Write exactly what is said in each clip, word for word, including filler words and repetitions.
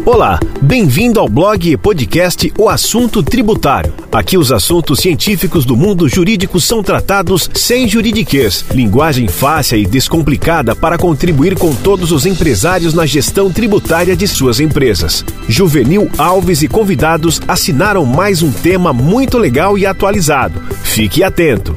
Olá, bem-vindo ao blog e podcast O Assunto Tributário. Aqui os assuntos científicos do mundo jurídico são tratados sem juridiquês, linguagem fácil e descomplicada para contribuir com todos os empresários na gestão tributária de suas empresas. Juvenil Alves e convidados assinaram mais um tema muito legal e atualizado. Fique atento.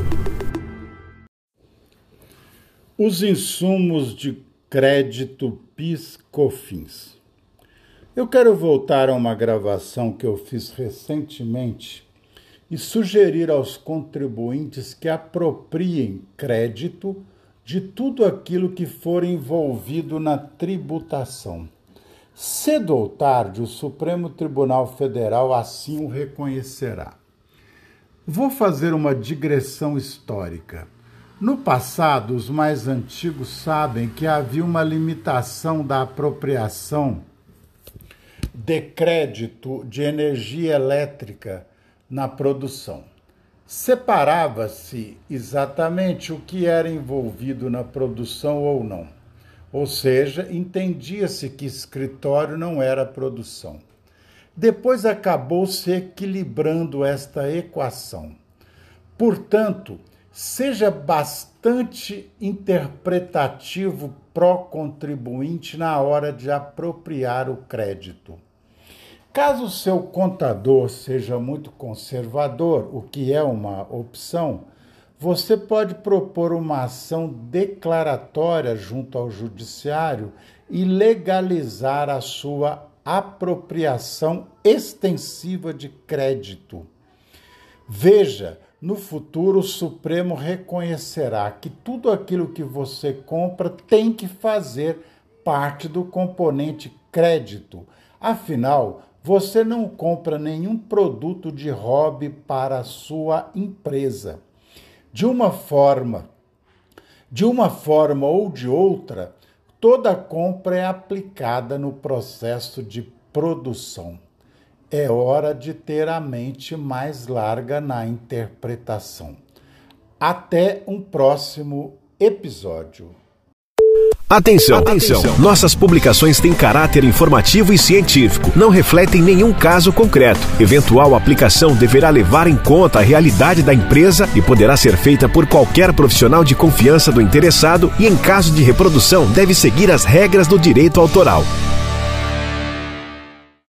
Os insumos de crédito PIS/COFINS. Eu quero voltar a uma gravação que eu fiz recentemente e sugerir aos contribuintes que apropriem crédito de tudo aquilo que for envolvido na tributação. Cedo ou tarde, o Supremo Tribunal Federal assim o reconhecerá. Vou fazer uma digressão histórica. No passado, os mais antigos sabem que havia uma limitação da apropriação de crédito de energia elétrica na produção. Separava-se exatamente o que era envolvido na produção ou não. Ou seja, entendia-se que escritório não era produção. Depois acabou se equilibrando esta equação. Portanto, seja bastante interpretativo pró-contribuinte na hora de apropriar o crédito. Caso seu contador seja muito conservador, o que é uma opção, você pode propor uma ação declaratória junto ao judiciário e legalizar a sua apropriação extensiva de crédito. Veja, no futuro o Supremo reconhecerá que tudo aquilo que você compra tem que fazer parte do componente crédito. Afinal, você não compra nenhum produto de hobby para a sua empresa. De uma forma, de uma forma ou de outra, toda compra é aplicada no processo de produção. É hora de ter a mente mais larga na interpretação. Até um próximo episódio. Atenção, atenção! Nossas publicações têm caráter informativo e científico, não refletem nenhum caso concreto. Eventual aplicação deverá levar em conta a realidade da empresa e poderá ser feita por qualquer profissional de confiança do interessado e, em caso de reprodução, deve seguir as regras do direito autoral.